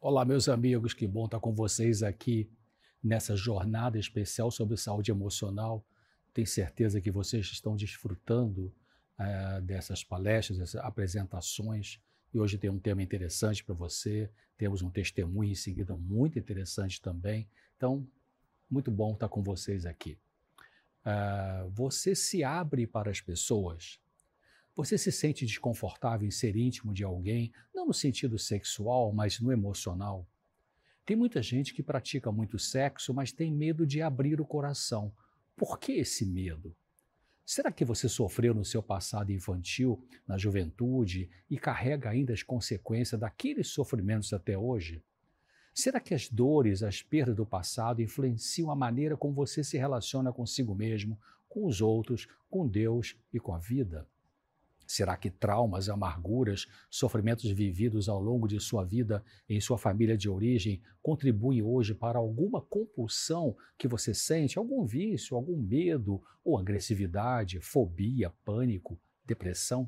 Olá, meus amigos, que bom estar com vocês aqui nessa jornada especial sobre saúde emocional. Tenho certeza que vocês estão desfrutando dessas palestras, dessas apresentações. E hoje tem um tema interessante para você. Temos um testemunho em seguida muito interessante também. Então, muito bom estar com vocês aqui. Você se abre para as pessoas? Você se sente desconfortável em ser íntimo de alguém, não no sentido sexual, mas no emocional? Tem muita gente que pratica muito sexo, mas tem medo de abrir o coração. Por que esse medo? Será que você sofreu no seu passado infantil, na juventude, e carrega ainda as consequências daqueles sofrimentos até hoje? Será que as dores, as perdas do passado influenciam a maneira como você se relaciona consigo mesmo, com os outros, com Deus e com a vida? Será que traumas, amarguras, sofrimentos vividos ao longo de sua vida em sua família de origem contribuem hoje para alguma compulsão que você sente, algum vício, algum medo ou agressividade, fobia, pânico, depressão?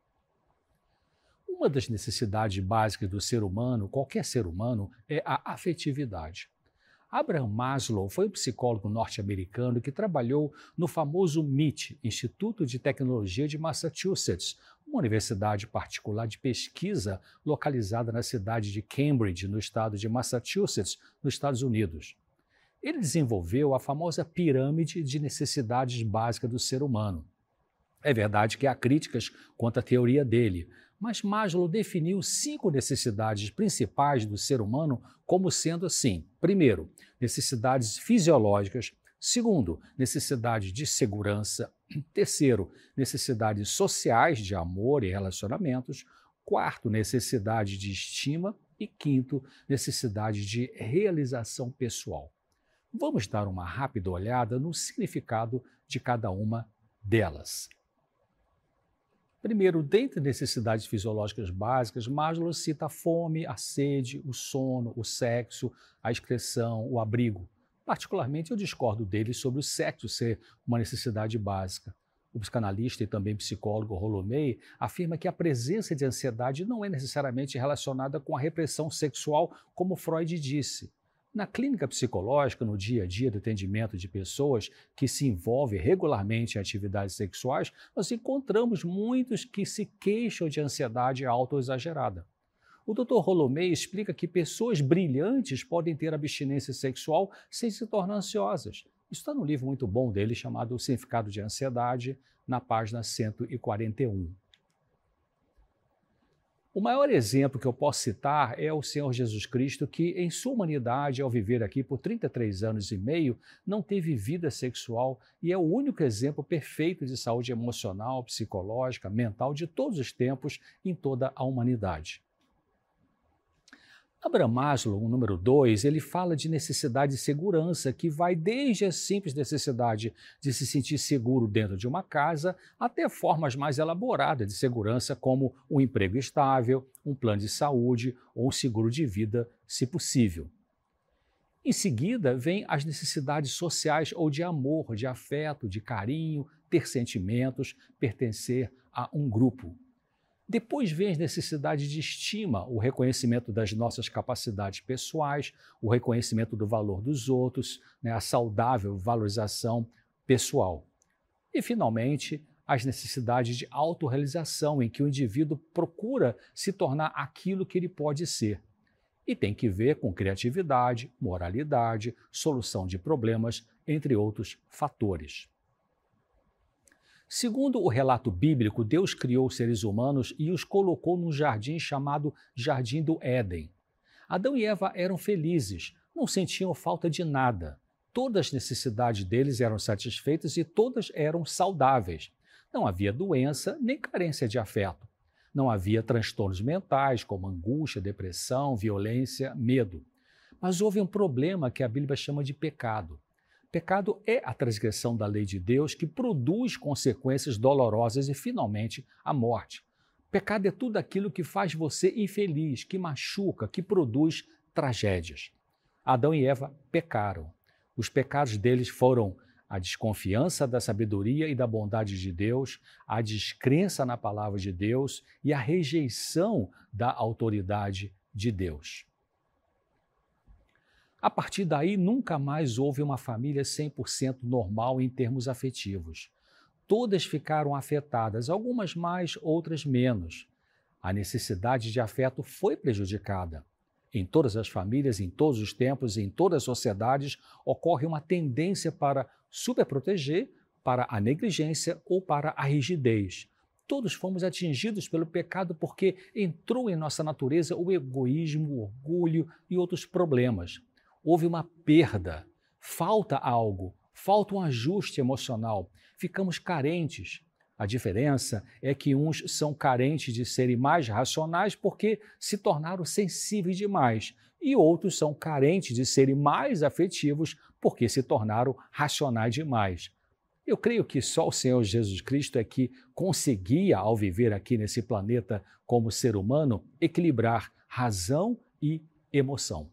Uma das necessidades básicas do ser humano, qualquer ser humano, é a afetividade. Abraham Maslow foi um psicólogo norte-americano que trabalhou no famoso MIT, Instituto de Tecnologia de Massachusetts, uma universidade particular de pesquisa localizada na cidade de Cambridge, no estado de Massachusetts, nos Estados Unidos. Ele desenvolveu a famosa pirâmide de necessidades básicas do ser humano. É verdade que há críticas quanto à teoria dele, mas Maslow definiu 5 necessidades principais do ser humano como sendo assim: primeiro, necessidades fisiológicas; segundo, necessidades de segurança; terceiro, necessidades sociais de amor e relacionamentos; quarto, necessidade de estima; e quinto, necessidade de realização pessoal. Vamos dar uma rápida olhada no significado de cada uma delas. Primeiro, dentre necessidades fisiológicas básicas, Maslow cita a fome, a sede, o sono, o sexo, a excreção, o abrigo. Particularmente, eu discordo dele sobre o sexo ser uma necessidade básica. O psicanalista e também psicólogo Rollo May afirma que a presença de ansiedade não é necessariamente relacionada com a repressão sexual, como Freud disse. Na clínica psicológica, no dia a dia do atendimento de pessoas que se envolvem regularmente em atividades sexuais, nós encontramos muitos que se queixam de ansiedade autoexagerada. O Dr. Rollo May explica que pessoas brilhantes podem ter abstinência sexual sem se tornar ansiosas. Isso está num livro muito bom dele chamado O Significado de Ansiedade, na página 141. O maior exemplo que eu posso citar é o Senhor Jesus Cristo, que em sua humanidade, ao viver aqui por 33 anos e meio, não teve vida sexual e é o único exemplo perfeito de saúde emocional, psicológica, mental de todos os tempos em toda a humanidade. Abraham Maslow, o número 2, ele fala de necessidade de segurança, que vai desde a simples necessidade de se sentir seguro dentro de uma casa, até formas mais elaboradas de segurança, como um emprego estável, um plano de saúde ou um seguro de vida, se possível. Em seguida, vêm as necessidades sociais ou de amor, de afeto, de carinho, ter sentimentos, pertencer a um grupo. Depois vem as necessidades de estima, o reconhecimento das nossas capacidades pessoais, o reconhecimento do valor dos outros, a saudável valorização pessoal. E, finalmente, as necessidades de autorrealização, em que o indivíduo procura se tornar aquilo que ele pode ser. E tem que ver com criatividade, moralidade, solução de problemas, entre outros fatores. Segundo o relato bíblico, Deus criou os seres humanos e os colocou num jardim chamado Jardim do Éden. Adão e Eva eram felizes, não sentiam falta de nada. Todas as necessidades deles eram satisfeitas e todas eram saudáveis. Não havia doença nem carência de afeto. Não havia transtornos mentais como angústia, depressão, violência, medo. Mas houve um problema que a Bíblia chama de pecado. Pecado é a transgressão da lei de Deus que produz consequências dolorosas e, finalmente, a morte. Pecado é tudo aquilo que faz você infeliz, que machuca, que produz tragédias. Adão e Eva pecaram. Os pecados deles foram a desconfiança da sabedoria e da bondade de Deus, a descrença na palavra de Deus e a rejeição da autoridade de Deus. A partir daí, nunca mais houve uma família 100% normal em termos afetivos. Todas ficaram afetadas, algumas mais, outras menos. A necessidade de afeto foi prejudicada. Em todas as famílias, em todos os tempos, em todas as sociedades, ocorre uma tendência para superproteger, para a negligência ou para a rigidez. Todos fomos atingidos pelo pecado porque entrou em nossa natureza o egoísmo, o orgulho e outros problemas. Houve uma perda, falta algo, falta um ajuste emocional, ficamos carentes. A diferença é que uns são carentes de serem mais racionais porque se tornaram sensíveis demais, e outros são carentes de serem mais afetivos porque se tornaram racionais demais. Eu creio que só o Senhor Jesus Cristo é que conseguia, ao viver aqui nesse planeta como ser humano, equilibrar razão e emoção.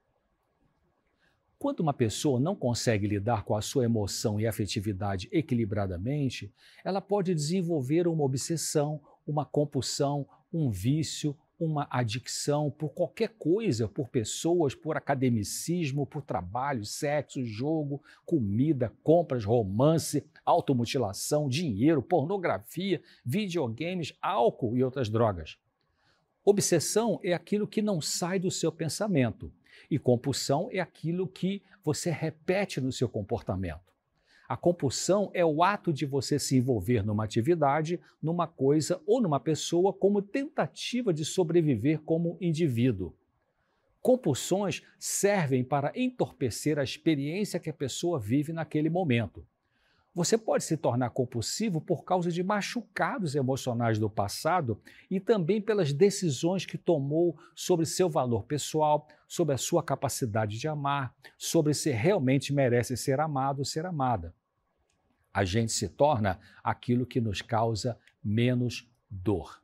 Quando uma pessoa não consegue lidar com a sua emoção e afetividade equilibradamente, ela pode desenvolver uma obsessão, uma compulsão, um vício, uma adicção por qualquer coisa, por pessoas, por academicismo, por trabalho, sexo, jogo, comida, compras, romance, automutilação, dinheiro, pornografia, videogames, álcool e outras drogas. Obsessão é aquilo que não sai do seu pensamento. E compulsão é aquilo que você repete no seu comportamento. A compulsão é o ato de você se envolver numa atividade, numa coisa ou numa pessoa como tentativa de sobreviver como indivíduo. Compulsões servem para entorpecer a experiência que a pessoa vive naquele momento. Você pode se tornar compulsivo por causa de machucados emocionais do passado e também pelas decisões que tomou sobre seu valor pessoal, sobre a sua capacidade de amar, sobre se realmente merece ser amado ou ser amada. A gente se torna aquilo que nos causa menos dor.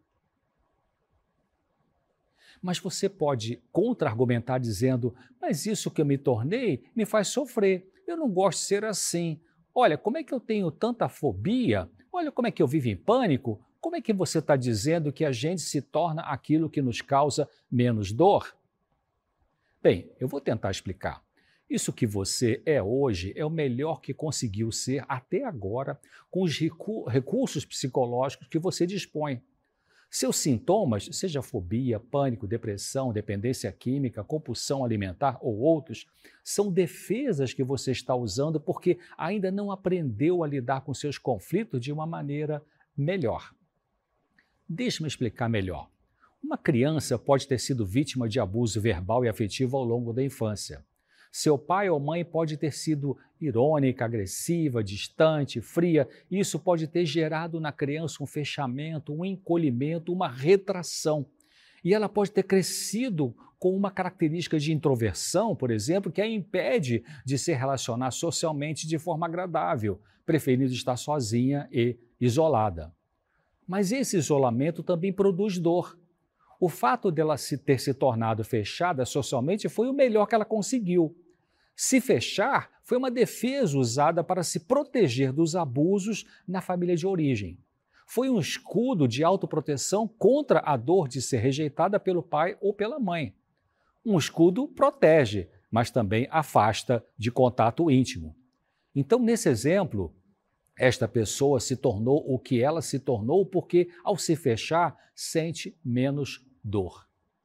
Mas você pode contra-argumentar dizendo, mas isso que eu me tornei me faz sofrer, eu não gosto de ser assim. Olha, como é que eu tenho tanta fobia? Olha como é que eu vivo em pânico. Como é que você está dizendo que a gente se torna aquilo que nos causa menos dor? Bem, eu vou tentar explicar. Isso que você é hoje é o melhor que conseguiu ser até agora com os recursos psicológicos que você dispõe. Seus sintomas, seja fobia, pânico, depressão, dependência química, compulsão alimentar ou outros, são defesas que você está usando porque ainda não aprendeu a lidar com seus conflitos de uma maneira melhor. Deixe-me explicar melhor. Uma criança pode ter sido vítima de abuso verbal e afetivo ao longo da infância. Seu pai ou mãe pode ter sido irônica, agressiva, distante, fria, e isso pode ter gerado na criança um fechamento, um encolhimento, uma retração. E ela pode ter crescido com uma característica de introversão, por exemplo, que a impede de se relacionar socialmente de forma agradável, preferindo estar sozinha e isolada. Mas esse isolamento também produz dor. O fato dela ter se tornado fechada socialmente foi o melhor que ela conseguiu. Se fechar foi uma defesa usada para se proteger dos abusos na família de origem. Foi um escudo de autoproteção contra a dor de ser rejeitada pelo pai ou pela mãe. Um escudo protege, mas também afasta de contato íntimo. Então, nesse exemplo, esta pessoa se tornou o que ela se tornou porque, ao se fechar, sente menos dor.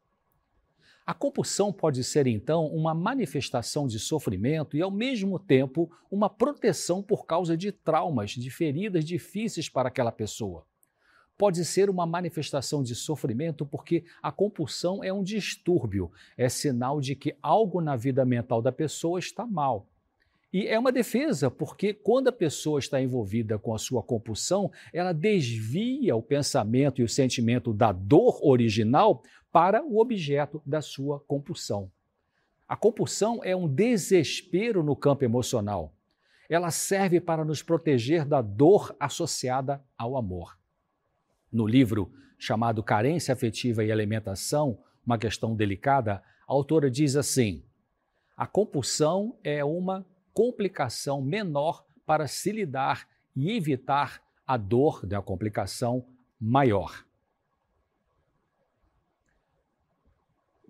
A compulsão pode ser, então, uma manifestação de sofrimento e, ao mesmo tempo, uma proteção por causa de traumas, de feridas difíceis para aquela pessoa. Pode ser uma manifestação de sofrimento porque a compulsão é um distúrbio, é sinal de que algo na vida mental da pessoa está mal. E é uma defesa, porque quando a pessoa está envolvida com a sua compulsão, ela desvia o pensamento e o sentimento da dor original para o objeto da sua compulsão. A compulsão é um desespero no campo emocional. Ela serve para nos proteger da dor associada ao amor. No livro chamado Carência Afetiva e Alimentação, uma questão delicada, a autora diz assim: a compulsão é uma complicação menor para se lidar e evitar a dor da complicação maior.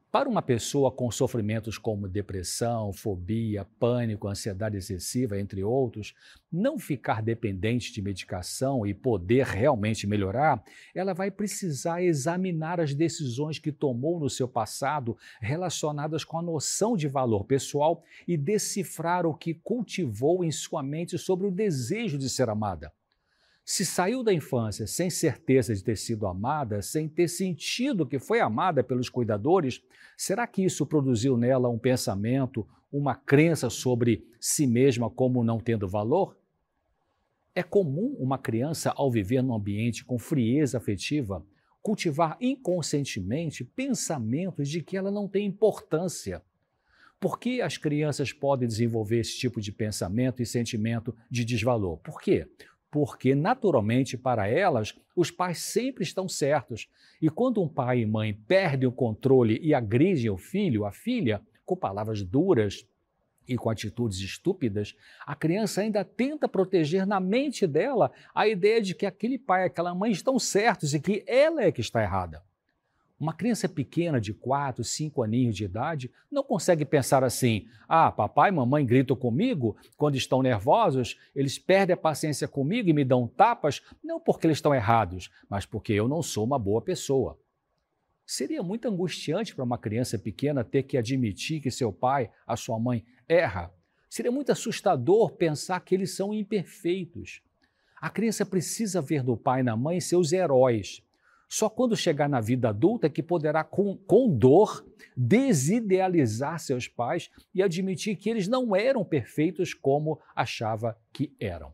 Para uma pessoa com sofrimentos como depressão, fobia, pânico, ansiedade excessiva, entre outros, não ficar dependente de medicação e poder realmente melhorar, ela vai precisar examinar as decisões que tomou no seu passado relacionadas com a noção de valor pessoal e decifrar o que cultivou em sua mente sobre o desejo de ser amada. Se saiu da infância sem certeza de ter sido amada, sem ter sentido que foi amada pelos cuidadores, será que isso produziu nela um pensamento, uma crença sobre si mesma como não tendo valor? É comum uma criança, ao viver num ambiente com frieza afetiva, cultivar inconscientemente pensamentos de que ela não tem importância. Por que as crianças podem desenvolver esse tipo de pensamento e sentimento de desvalor? Por quê? Porque, naturalmente, para elas, os pais sempre estão certos. E quando um pai e mãe perdem o controle e agridem o filho, a filha, com palavras duras e com atitudes estúpidas, a criança ainda tenta proteger na mente dela a ideia de que aquele pai e aquela mãe estão certos e que ela é que está errada. Uma criança pequena de 4, 5 aninhos de idade não consegue pensar assim: ah, papai e mamãe gritam comigo quando estão nervosos, eles perdem a paciência comigo e me dão tapas, não porque eles estão errados, mas porque eu não sou uma boa pessoa. Seria muito angustiante para uma criança pequena ter que admitir que seu pai, a sua mãe, erra. Seria muito assustador pensar que eles são imperfeitos. A criança precisa ver no pai e na mãe seus heróis. Só quando chegar na vida adulta é que poderá, com dor, desidealizar seus pais e admitir que eles não eram perfeitos como achava que eram.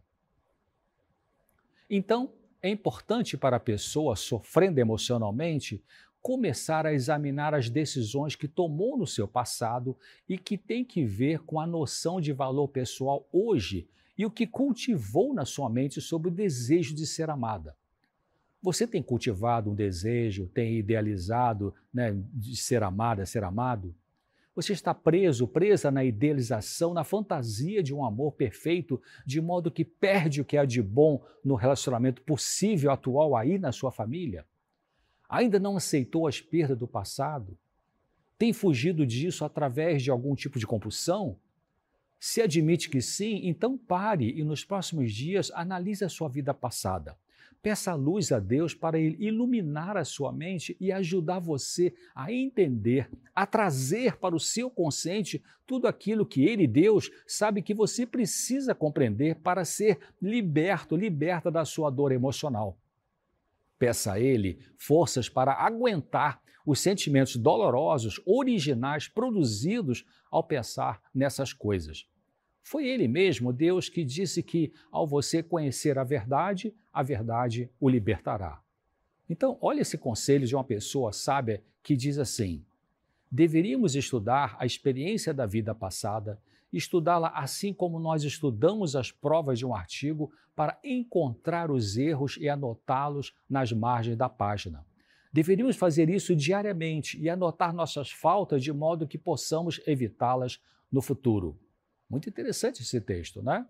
Então, é importante para a pessoa sofrendo emocionalmente começar a examinar as decisões que tomou no seu passado e que tem que ver com a noção de valor pessoal hoje e o que cultivou na sua mente sobre o desejo de ser amada. Você tem cultivado um desejo, tem idealizado, de ser amada, ser amado? Você está preso, presa na idealização, na fantasia de um amor perfeito, de modo que perde o que há de bom no relacionamento possível atual aí na sua família? Ainda não aceitou as perdas do passado? Tem fugido disso através de algum tipo de compulsão? Se admite que sim, então pare e nos próximos dias analise a sua vida passada. Peça a luz a Deus para Ele iluminar a sua mente e ajudar você a entender, a trazer para o seu consciente tudo aquilo que Ele, Deus, sabe que você precisa compreender para ser liberta da sua dor emocional. Peça a Ele forças para aguentar os sentimentos dolorosos, originais, produzidos ao pensar nessas coisas. Foi Ele mesmo, Deus, que disse que, ao você conhecer a verdade o libertará. Então, olha esse conselho de uma pessoa sábia que diz assim: deveríamos estudar a experiência da vida passada, estudá-la assim como nós estudamos as provas de um artigo para encontrar os erros e anotá-los nas margens da página. Deveríamos fazer isso diariamente e anotar nossas faltas de modo que possamos evitá-las no futuro. Muito interessante esse texto, né?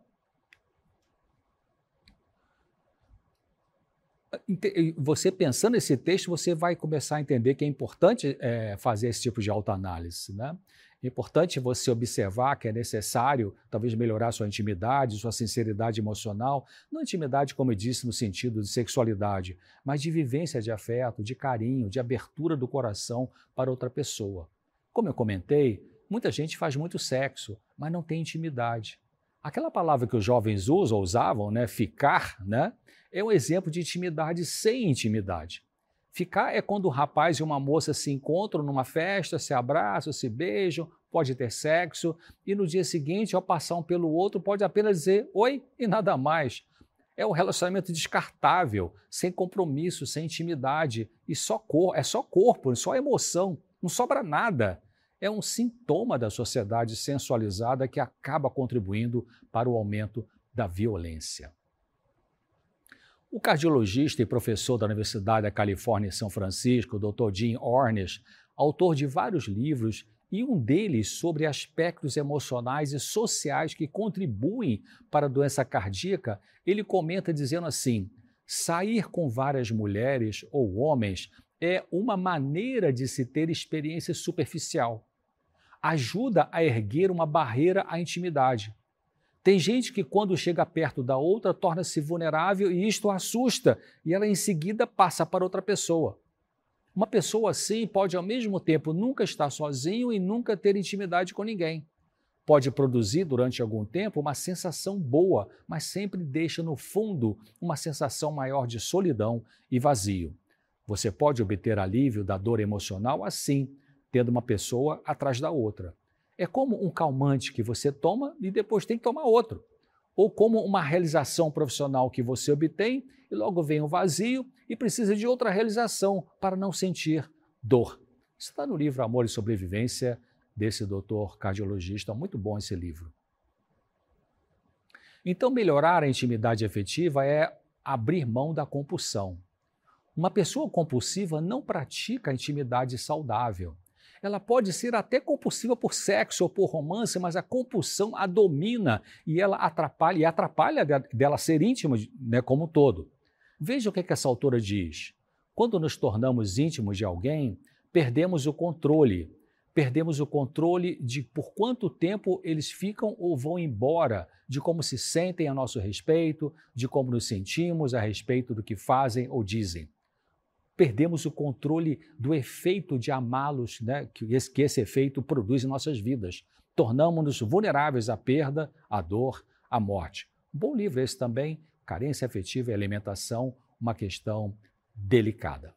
Você pensando nesse texto, você vai começar a entender que é importante fazer esse tipo de autoanálise, né? É importante você observar que é necessário, talvez, melhorar sua intimidade, sua sinceridade emocional, não intimidade, como eu disse, no sentido de sexualidade, mas de vivência de afeto, de carinho, de abertura do coração para outra pessoa. Como eu comentei, muita gente faz muito sexo, mas não tem intimidade. Aquela palavra que os jovens usavam, né, ficar, né, é um exemplo de intimidade sem intimidade. Ficar é quando um rapaz e uma moça se encontram numa festa, se abraçam, se beijam, pode ter sexo, e no dia seguinte, ao passar um pelo outro, pode apenas dizer oi e nada mais. É um relacionamento descartável, sem compromisso, sem intimidade, e só corpo, só emoção, não sobra nada. É um sintoma da sociedade sensualizada que acaba contribuindo para o aumento da violência. O cardiologista e professor da Universidade da Califórnia em São Francisco, Dr. Jim Ornish, autor de vários livros, e um deles sobre aspectos emocionais e sociais que contribuem para a doença cardíaca, ele comenta dizendo assim: sair com várias mulheres ou homens é uma maneira de se ter experiência superficial. Ajuda a erguer uma barreira à intimidade. Tem gente que, quando chega perto da outra, torna-se vulnerável e isto a assusta, e ela em seguida passa para outra pessoa. Uma pessoa assim pode, ao mesmo tempo, nunca estar sozinho e nunca ter intimidade com ninguém. Pode produzir, durante algum tempo, uma sensação boa, mas sempre deixa no fundo uma sensação maior de solidão e vazio. Você pode obter alívio da dor emocional assim, tendo uma pessoa atrás da outra. É como um calmante que você toma e depois tem que tomar outro. Ou como uma realização profissional que você obtém e logo vem um vazio e precisa de outra realização para não sentir dor. Isso está no livro Amor e Sobrevivência, desse doutor cardiologista. Muito bom esse livro. Então, melhorar a intimidade afetiva é abrir mão da compulsão. Uma pessoa compulsiva não pratica a intimidade saudável. Ela pode ser até compulsiva por sexo ou por romance, mas a compulsão a domina e ela atrapalha dela ser íntima, né, como um todo. Veja o que essa autora diz. Quando nos tornamos íntimos de alguém, perdemos o controle. Perdemos o controle de por quanto tempo eles ficam ou vão embora, de como se sentem a nosso respeito, de como nos sentimos a respeito do que fazem ou dizem. Perdemos o controle do efeito de amá-los, né, que esse efeito produz em nossas vidas. Tornamos-nos vulneráveis à perda, à dor, à morte. Um bom livro esse também, Carência Afetiva e Alimentação, uma questão delicada.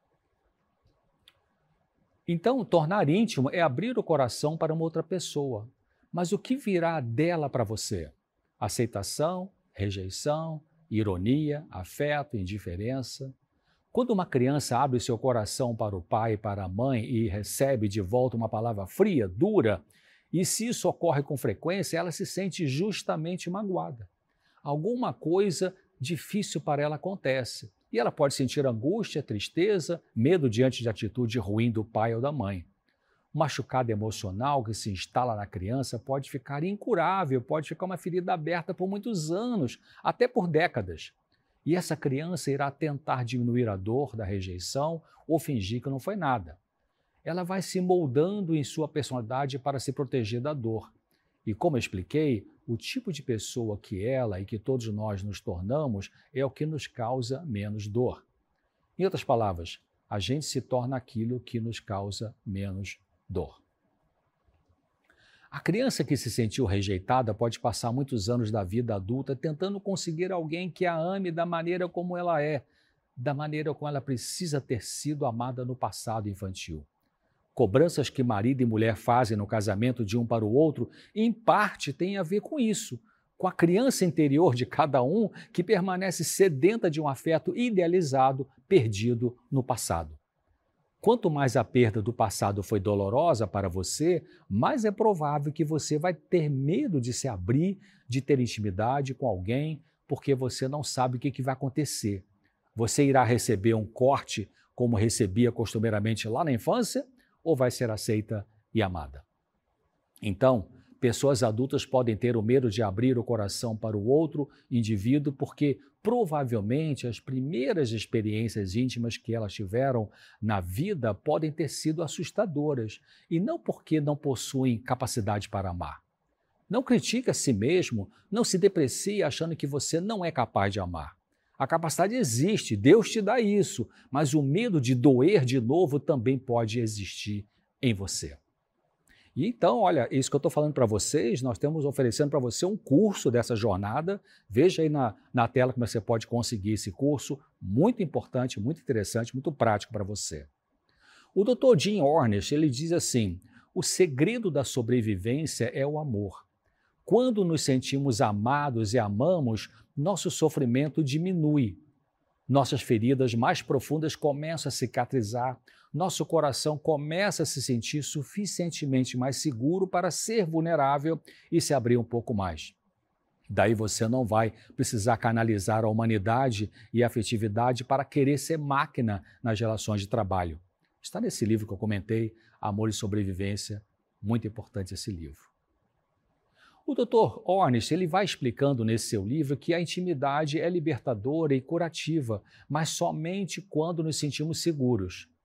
Então, tornar íntimo é abrir o coração para uma outra pessoa. Mas o que virá dela para você? Aceitação, rejeição, ironia, afeto, indiferença? Quando uma criança abre seu coração para o pai e para a mãe e recebe de volta uma palavra fria, dura, e se isso ocorre com frequência, ela se sente justamente magoada. Alguma coisa difícil para ela acontece. E ela pode sentir angústia, tristeza, medo diante de atitude ruim do pai ou da mãe. Um machucado emocional que se instala na criança pode ficar incurável, pode ficar uma ferida aberta por muitos anos, até por décadas. E essa criança irá tentar diminuir a dor da rejeição ou fingir que não foi nada. Ela vai se moldando em sua personalidade para se proteger da dor. E como eu expliquei, o tipo de pessoa que ela e que todos nós nos tornamos é o que nos causa menos dor. Em outras palavras, a gente se torna aquilo que nos causa menos dor. A criança que se sentiu rejeitada pode passar muitos anos da vida adulta tentando conseguir alguém que a ame da maneira como ela é, da maneira como ela precisa ter sido amada no passado infantil. Cobranças que marido e mulher fazem no casamento de um para o outro, em parte têm a ver com isso, com a criança interior de cada um que permanece sedenta de um afeto idealizado, perdido no passado. Quanto mais a perda do passado foi dolorosa para você, mais é provável que você vai ter medo de se abrir, de ter intimidade com alguém, porque você não sabe o que vai acontecer. Você irá receber um corte como recebia costumeiramente lá na infância, ou vai ser aceita e amada? Então, pessoas adultas podem ter o medo de abrir o coração para o outro indivíduo porque provavelmente as primeiras experiências íntimas que elas tiveram na vida podem ter sido assustadoras e não porque não possuem capacidade para amar. Não critique a si mesmo, não se deprecie achando que você não é capaz de amar. A capacidade existe, Deus te dá isso, mas o medo de doer de novo também pode existir em você. E então, olha, isso que eu estou falando para vocês, nós estamos oferecendo para você um curso dessa jornada. Veja aí na tela como você pode conseguir esse curso, muito importante, muito interessante, muito prático para você. O Dr. Jim Ornish, ele diz assim, o segredo da sobrevivência é o amor. Quando nos sentimos amados e amamos, nosso sofrimento diminui. Nossas feridas mais profundas começam a cicatrizar, nosso coração começa a se sentir suficientemente mais seguro para ser vulnerável e se abrir um pouco mais. Daí você não vai precisar canalizar a humanidade e a afetividade para querer ser máquina nas relações de trabalho. Está nesse livro que eu comentei, Amor e Sobrevivência, muito importante esse livro. O Dr. Ornish, ele vai explicando nesse seu livro que a intimidade é libertadora e curativa, mas somente quando nos sentimos seguros.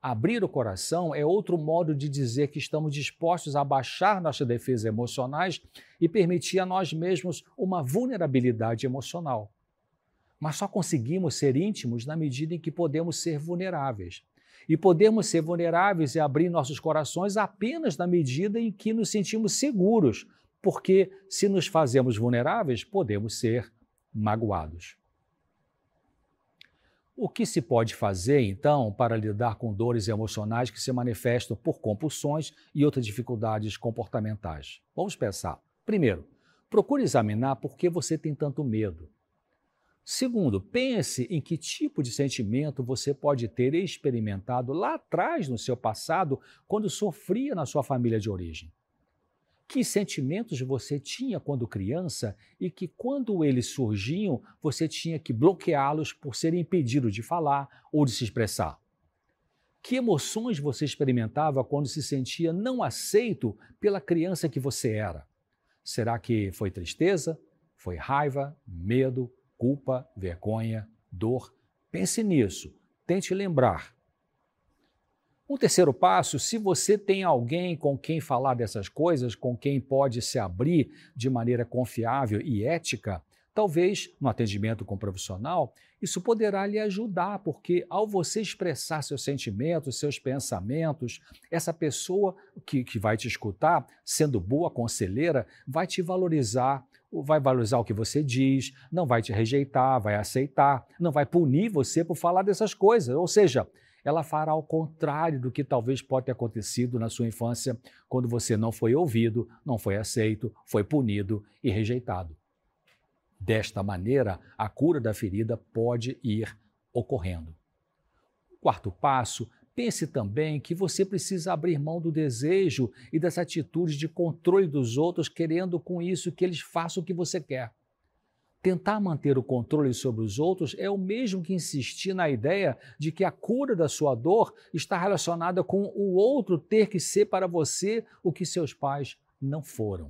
Abrir o coração é outro modo de dizer que estamos dispostos a baixar nossas defesas emocionais e permitir a nós mesmos uma vulnerabilidade emocional. Mas só conseguimos ser íntimos na medida em que podemos ser vulneráveis. E podemos ser vulneráveis e abrir nossos corações apenas na medida em que nos sentimos seguros, porque se nos fazemos vulneráveis, podemos ser magoados. O que se pode fazer, então, para lidar com dores emocionais que se manifestam por compulsões e outras dificuldades comportamentais? Vamos pensar. Primeiro, procure examinar por que você tem tanto medo. Segundo, pense em que tipo de sentimento você pode ter experimentado lá atrás no seu passado, quando sofria na sua família de origem. Que sentimentos você tinha quando criança e que, quando eles surgiam, você tinha que bloqueá-los por ser impedido de falar ou de se expressar? Que emoções você experimentava quando se sentia não aceito pela criança que você era? Será que foi tristeza? Foi raiva, medo, culpa, vergonha, dor? Pense nisso, tente lembrar. Um terceiro passo, se você tem alguém com quem falar dessas coisas, com quem pode se abrir de maneira confiável e ética, talvez no atendimento com um profissional, isso poderá lhe ajudar, porque ao você expressar seus sentimentos, seus pensamentos, essa pessoa que vai te escutar, sendo boa conselheira, vai te valorizar, vai valorizar o que você diz, não vai te rejeitar, vai aceitar, não vai punir você por falar dessas coisas, ou seja, ela fará ao contrário do que talvez pode ter acontecido na sua infância, quando você não foi ouvido, não foi aceito, foi punido e rejeitado. Desta maneira, a cura da ferida pode ir ocorrendo. Quarto passo, pense também que você precisa abrir mão do desejo e das atitudes de controle dos outros, querendo com isso que eles façam o que você quer. Tentar manter o controle sobre os outros é o mesmo que insistir na ideia de que a cura da sua dor está relacionada com o outro ter que ser para você o que seus pais não foram.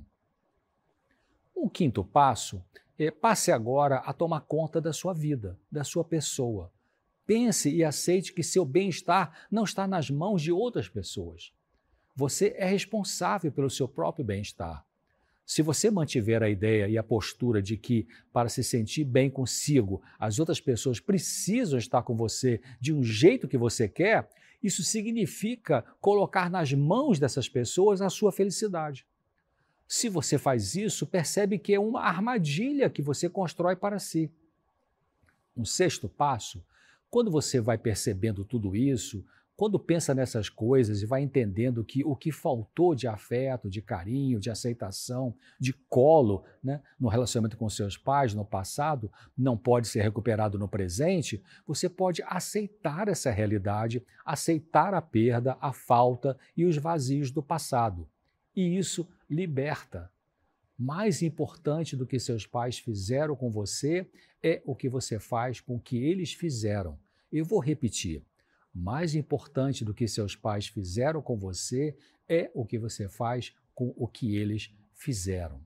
O quinto passo é passe agora a tomar conta da sua vida, da sua pessoa. Pense e aceite que seu bem-estar não está nas mãos de outras pessoas. Você é responsável pelo seu próprio bem-estar. Se você mantiver a ideia e a postura de que, para se sentir bem consigo, as outras pessoas precisam estar com você de um jeito que você quer, isso significa colocar nas mãos dessas pessoas a sua felicidade. Se você faz isso, percebe que é uma armadilha que você constrói para si. Um sexto passo, quando você vai percebendo tudo isso, quando pensa nessas coisas e vai entendendo que o que faltou de afeto, de carinho, de aceitação, de colo, no relacionamento com seus pais no passado, não pode ser recuperado no presente, você pode aceitar essa realidade, aceitar a perda, a falta e os vazios do passado. E isso liberta. Mais importante do que seus pais fizeram com você é o que você faz com o que eles fizeram. Eu vou repetir. Mais importante do que seus pais fizeram com você é o que você faz com o que eles fizeram.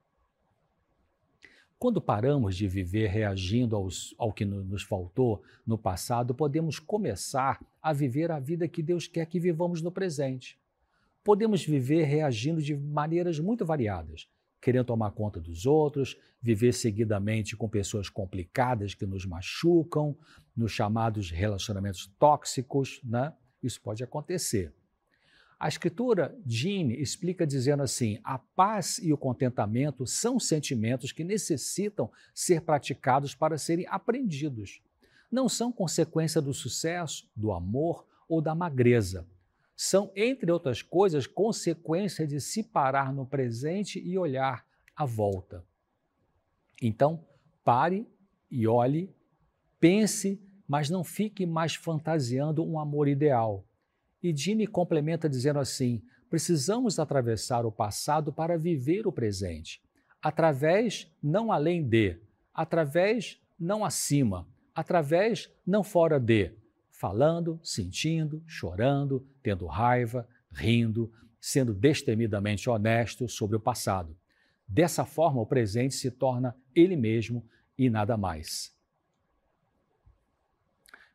Quando paramos de viver reagindo ao que nos faltou no passado, podemos começar a viver a vida que Deus quer que vivamos no presente. Podemos viver reagindo de maneiras muito variadas, querendo tomar conta dos outros, viver seguidamente com pessoas complicadas que nos machucam, nos chamados relacionamentos tóxicos, Isso pode acontecer. A escritura Jean explica dizendo assim: a paz e o contentamento são sentimentos que necessitam ser praticados para serem aprendidos. Não são consequência do sucesso, do amor ou da magreza. São, entre outras coisas, consequência de se parar no presente e olhar à volta. Então, pare e olhe, pense, mas não fique mais fantasiando um amor ideal. E Jean complementa dizendo assim: precisamos atravessar o passado para viver o presente. Através, não além de. Através, não acima. Através, não fora de. Falando, sentindo, chorando, tendo raiva, rindo, sendo destemidamente honesto sobre o passado. Dessa forma, o presente se torna ele mesmo e nada mais.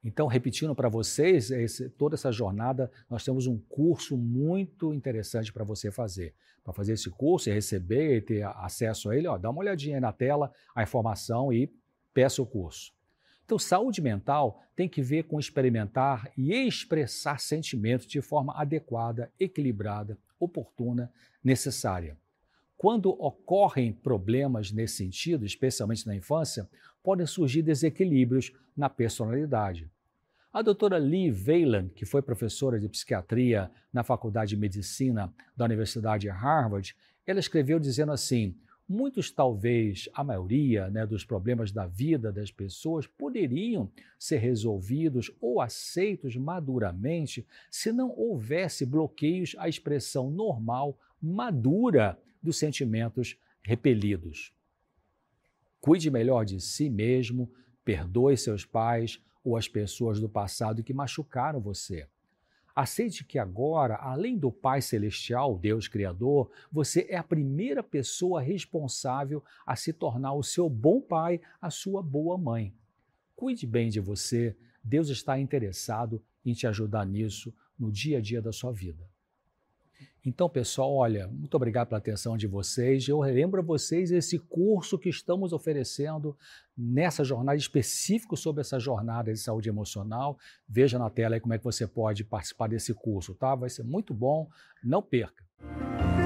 Então, repetindo para vocês, toda essa jornada, nós temos um curso muito interessante para você fazer. Para fazer esse curso e receber e ter acesso a ele, ó, dá uma olhadinha aí na tela, a informação e peça o curso. Então, saúde mental tem que ver com experimentar e expressar sentimentos de forma adequada, equilibrada, oportuna, necessária. Quando ocorrem problemas nesse sentido, especialmente na infância, podem surgir desequilíbrios na personalidade. A doutora Lee Wayland, que foi professora de psiquiatria na Faculdade de Medicina da Universidade de Harvard, ela escreveu dizendo assim: muitos, talvez a maioria, dos problemas da vida das pessoas poderiam ser resolvidos ou aceitos maduramente se não houvesse bloqueios à expressão normal, madura dos sentimentos repelidos. Cuide melhor de si mesmo, perdoe seus pais ou as pessoas do passado que machucaram você. Aceite que agora, além do Pai Celestial, Deus Criador, você é a primeira pessoa responsável a se tornar o seu bom pai, a sua boa mãe. Cuide bem de você, Deus está interessado em te ajudar nisso no dia a dia da sua vida. Então, pessoal, olha, muito obrigado pela atenção de vocês. Eu relembro a vocês esse curso que estamos oferecendo nessa jornada, específico sobre essa jornada de saúde emocional. Veja na tela aí como é que você pode participar desse curso, tá? Vai ser muito bom, não perca.